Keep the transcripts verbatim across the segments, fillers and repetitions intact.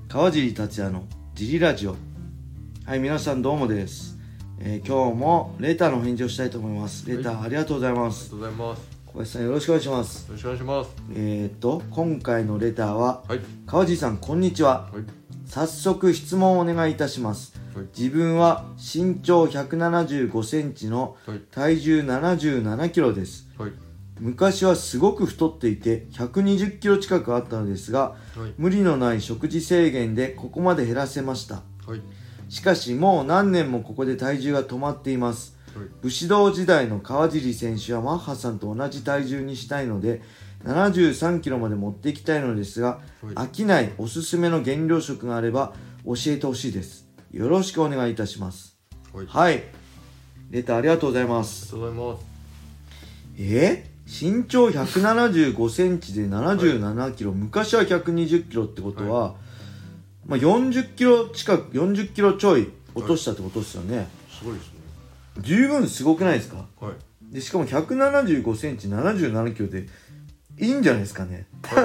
川尻達也のジリラジオ。はい、皆さんどうもです、えー、今日もレターの返事をしたいと思います。レター、はい、ありがとうございます。 ありがとうございます。 小林さんよろしくお願いします。 よろしくお願いします。 えーと今回のレターは、 はい、 川尻さんこんにちは、はい、早速質問をお願いいたします。はい、自分は身長ひゃくななじゅうごセンチの体重ななじゅうななキロです。はい、昔はすごく太っていてひゃくにじゅっキロ近くあったのですが、はい、無理のない食事制限でここまで減らせました。はい、しかしもう何年もここで体重が止まっています。はい、武士道時代の川尻選手やマッハさんと同じ体重にしたいのでななじゅうさんキロまで持っていきたいのですが、はい、飽きないおすすめの減量食があれば教えてほしいです。よろしくお願いいたします。はい、はい、レターありがとうございます。 ありがとうございます。 えー、身長ひゃくななじゅうごセンチでななじゅうななキロ、はい、昔はひゃくにじゅっキロってことは、はい、まあ、よんじゅっキロ近くよんじゅっキロちょい落としたってことですよね。はい、 すごいですね。 十分すごくないですか。 はい、 でしかもひゃくななじゅうごセンチななじゅうななキロでいいんじゃないですかね。はい、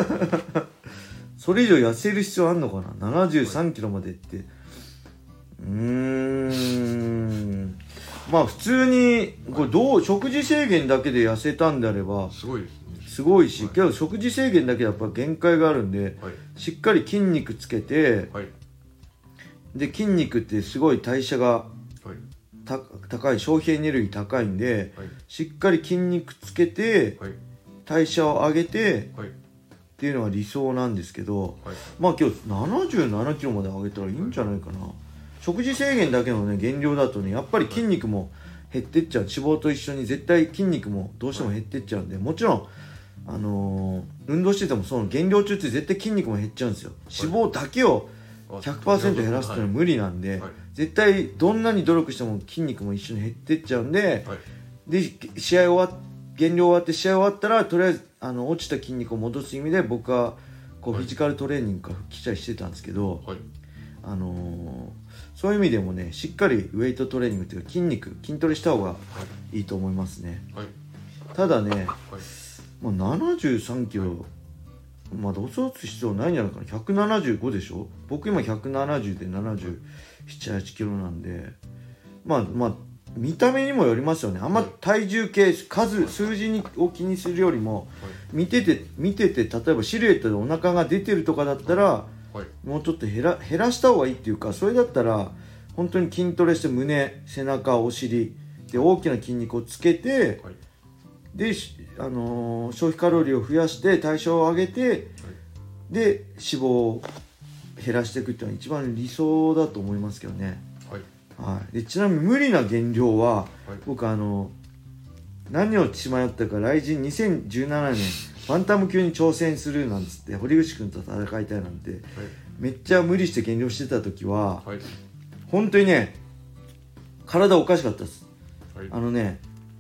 それ以上痩せる必要あんのかな。ななじゅうさんキロまでって、はい、うーんまあ普通にこれどう食事制限だけで痩せたんであればすごいですね。 すごいし、はい、けど食事制限だけでやっぱ限界があるんで、はい、しっかり筋肉つけて、はい、で筋肉ってすごい代謝が、はい、た高い消費エネルギー高いんで、はい、しっかり筋肉つけて、はい、代謝を上げて、はい、っていうのが理想なんですけど、はい、まあ今日ななじゅうななキロまで上げたらいいんじゃないかな。はい、食事制限だけのね減量だとねやっぱり筋肉も減ってっちゃう。脂肪と一緒に絶対筋肉もどうしても減ってっちゃうんで、もちろんあのー、運動しててもその減量中って絶対筋肉も減っちゃうんですよ。脂肪だけを ひゃくパーセント 減らすっていうのは無理なんで、はいはい、絶対どんなに努力しても筋肉も一緒に減ってっちゃうんで、はい、で試合終わっ減量終わって試合終わったらとりあえずあの落ちた筋肉を戻す意味で僕はこうフィジカルトレーニングから復帰したりしてたんですけど、はい、あのー、そういう意味でもねしっかりウェイトトレーニングっていうか筋肉筋トレした方がいいと思いますね。はい、ただね、はい、もうななじゅうさんキロ、はい、まだ落とす必要ないんじゃないかな。ひゃくななじゅうごでしょ。僕今ひゃくななじゅうでななじゅうなな、はちキロなんで、まあまあ見た目にもよりますよね。あんま体重計数数字を気にするよりも見てて見てて例えばシルエットでお腹が出てるとかだったらもうちょっと減ら減らした方がいいっていうか、それだったら本当に筋トレして胸背中お尻で大きな筋肉をつけて、で、あのー、消費カロリーを増やして代謝を上げて、で脂肪を減らしていくっていうのが一番理想だと思いますけどね。はい、でちなみに無理な減量は、はい、僕あの何を血迷ったか来人にせんじゅうななねんバンタム級に挑戦するなんつって堀口君と戦いたいなんて、はい、めっちゃ無理して減量してた時は、はい、本当にね体おかしかったです。はい、あのね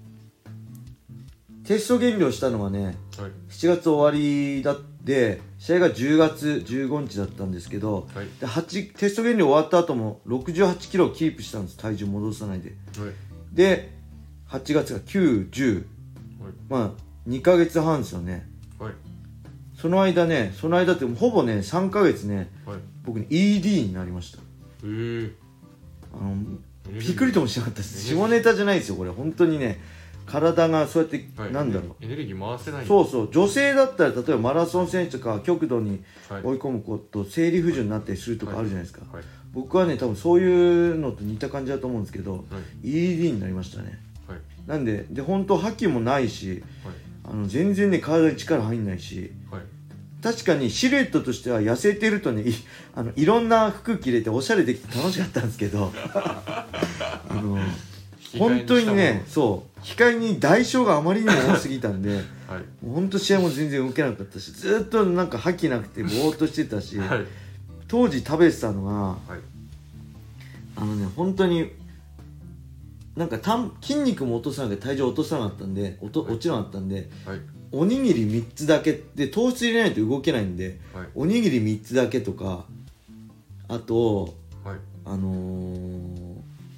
テスト減量したのはね、はい、しちがつ終わりだって試合がじゅうがつじゅうごにちだったんですけど、はい、ではちテスト減量終わった後もろくじゅうはちキロをキープしたんです。体重戻さないで、はい、ではちがつがきゅう、じゅう、はい、まあにかげつはんですよね。はい、その間ねその間ってほぼねさんかげつね、はい、僕ね イーディー になりました。へえ。あのびっくりともしなかったです。下ネタじゃないですよこれ本当にね。体がそうやって、はい、なんだろうエネルギー回せない。 そうそう女性だったら例えばマラソン選手とか極度に追い込むこと生理不順になったりするとかあるじゃないですか。はいはい、僕はね多分そういうのと似た感じだと思うんですけど、はい、イーディー になりましたね。はい、なんでで本当覇気もないし、はい、あの全然ね体に力入んないし、はい、確かにシルエットとしては痩せてるとね い, あのいろんな服着れておしゃれできて楽しかったんですけどあの本当にねそう控えに代償があまりにも多すぎたんで、はい、もう本当試合も全然動けなかったしずっとなんか覇気なくてぼーっとしてたし、はい、当時食べてたのが、はい、あのね本当になんかたん筋肉も落とさなくて体重落とさなかったんで落と、はい、落ちなかったんで、はい、おにぎりみっつだけで糖質入れないと動けないんで、はい、おにぎりみっつだけとかあと、はい、あのー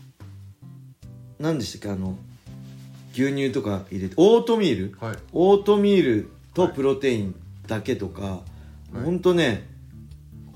何でしたっけあの牛乳とか入れてオートミール、はい、オートミールとプロテインだけとか、はい、ほんとね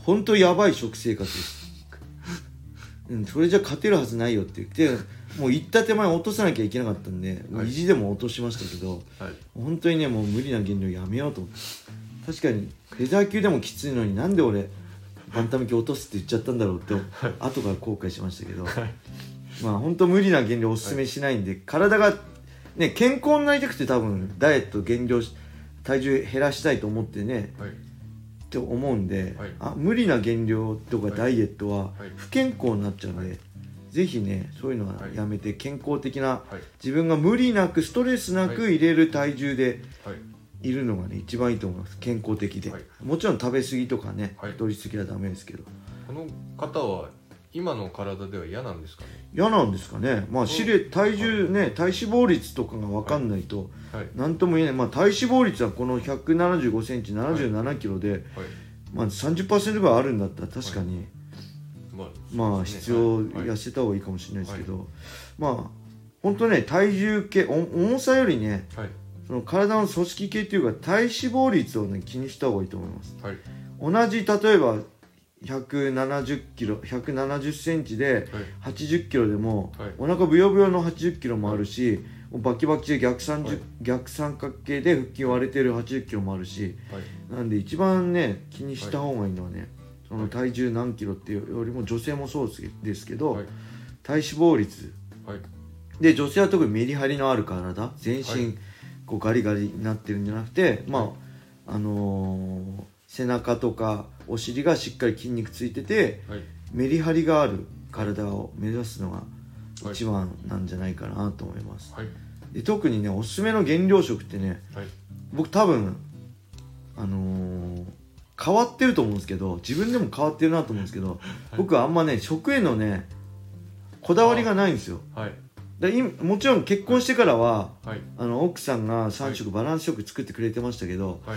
本当やばい食生活です、うん、それじゃ勝てるはずないよって言ってもう行った手前落とさなきゃいけなかったんで、はい、意地でも落としましたけど、はい、本当にねもう無理な減量やめようと思って確かにフェザー級でもきついのになんで俺バンタム級落とすって言っちゃったんだろうって、はい、後から後悔しましたけど、はい、まあ本当無理な減量おすすめしないんで、はい、体がね健康になりたくて多分ダイエット減量体重減らしたいと思ってね、はい、って思うんで、はい、あ無理な減量とかダイエットは不健康になっちゃうんで、はい、ぜひねそういうのはやめて健康的な、はい、自分が無理なくストレスなく入れる体重でいるのがね一番いいと思います。健康的で、はい、もちろん食べ過ぎとかね、はい、太り過ぎはダメですけど。 この方は今の体では嫌なんですかね。 嫌なんですかね。まあシレ体重ね、はい、体脂肪率とかが分かんないと何とも言えない、まあ、体脂肪率はこのひゃくななじゅうごセンチななじゅうななキロで、はいはいまあ、さんじゅっパーセント ぐらいあるんだったら確かに、はいまあね、まあ必要、はい、痩せた方がいいかもしれないですけど、はい、まあ本当ね体重計重さよりね、はい、その体の組織系っていうか体脂肪率をね気にした方がいいと思います、はい、同じ例えばひゃくななじゅっキロひゃくななじゅっセンチではちじゅっキロでも、はい、お腹ブヨブヨのはちじゅっキロもあるし、はい、バキバキで逆三、はい、逆三角形で腹筋割れてるはちじゅっキロもあるし、はい、なんで一番ね気にした方がいいのはね、はい、その体重何キロっていうよりも女性もそうですけど、はい、体脂肪率、はい、で女性は特にメリハリのある体全身、はい、こうガリガリになってるんじゃなくて、まあ、はい、あのー、背中とかお尻がしっかり筋肉ついてて、はい、メリハリがある体を目指すのが一番なんじゃないかなと思います、はい、で特にねおすすめの減量食ってね、はい、僕多分あのー、変わってると思うんですけど自分でも変わってるなと思うんですけど、はい、僕はあんまね食へのねこだわりがないんですよ、はい、でもちろん結婚してからは、はい、あの奥さんがさん食バランス食作ってくれてましたけど、はい、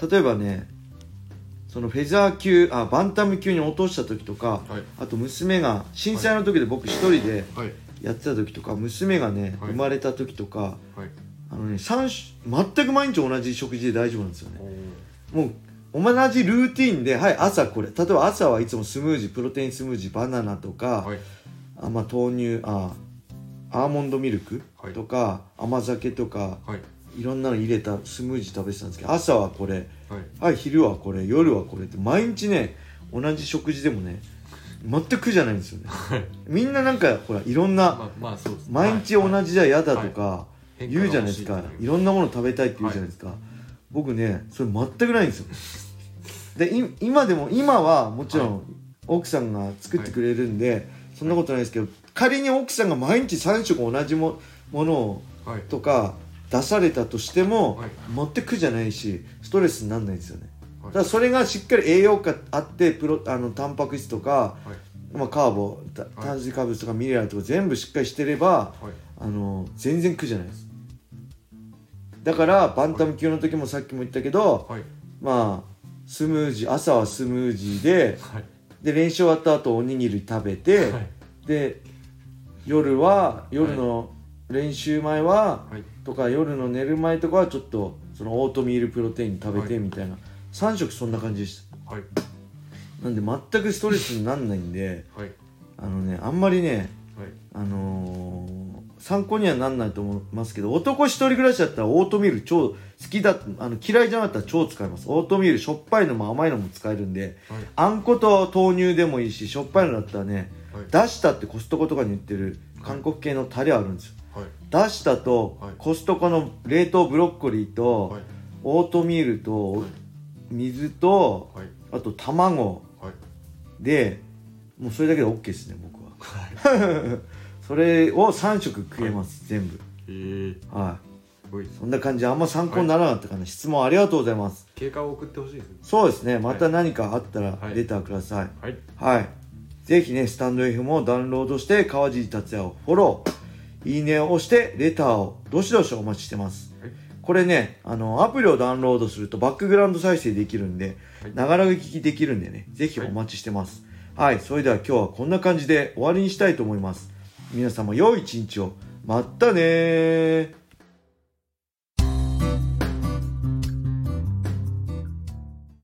例えばねそのフェザー級あバンタム級に落とした時とか、はい、あと娘が震災の時で僕一人でやってた時とか、はい、娘がね、はい、生まれた時とか、はい、あのねさん全く毎日同じ食事で大丈夫なんですよね。もう同じルーティンで、はい、朝これ例えば朝はいつもスムージープロテインスムージーバナナとか、はい、あまあ、豆乳あアーモンドミルクとか、はい、甘酒とか、はい、いろんなの入れたスムージー食べてたんですけど朝はこれ、はい、はい、昼はこれ夜はこれって毎日ね同じ食事でもね全く苦じゃないんですよねみんななんかほらいろんな、まあまあそうです、毎日同じじゃ嫌だとか言うじゃないですか、はいはい、いろんなもの食べたいって言うじゃないですか、はい、僕ねそれ全くないんですよで今でも今はもちろん奥さんが作ってくれるんで、はい、そんなことないですけど仮に奥さんが毎日さん食同じ も, ものを、はい、とか出されたとしても、はい、全く苦じゃないしストレスにならないんですよね、はい、だからそれがしっかり栄養価あってプロあのタンパク質とか、はい、まあ、カーボ炭水化物とかミネラルとか全部しっかりしてれば、はい、あの全然苦じゃないです。だからバンタム級の時もさっきも言ったけど、はい、まあスムージー朝はスムージーで、はい、で練習終わった後おにぎり食べて、はい、で夜は夜の練習前は、はい、とか夜の寝る前とかはちょっとそのオートミールプロテイン食べてみたいな、はい、さん食そんな感じでした、はい、なんで全くストレスにならないんで、はい、あのねあんまりね、はい、あのー、参考にはなんないと思いますけど男一人暮らしだったらオートミール超好きだあの嫌いじゃなかったら超使います。オートミールしょっぱいのも甘いのも使えるんで、はい、あんこと豆乳でもいいししょっぱいのだったらね、はい、ダシタってコストコとかに売ってる韓国系のタレあるんですよ、はい、ダシタとコストコの冷凍ブロッコリーと、はい、オートミールと、はい、水と、はい、あと卵、はい、でもうそれだけで OK ですね僕は、はい、それをさん食食えます、はい、全部。へー、はい、そんな感じであんま参考にならなかったかな、はい、質問ありがとうございます。 経過を送ってほしいですね。 そうですね、また何かあったらレターください。はい、はいはい、ぜひねスタンド エフエム をダウンロードして川尻達也をフォローいいねを押してレターをどしどしお待ちしてます、はい、これねあのアプリをダウンロードするとバックグラウンド再生できるんでながら聞きできるんでねぜひお待ちしてます。はい、はい、それでは今日はこんな感じで終わりにしたいと思います。皆様良い一日を。またねー。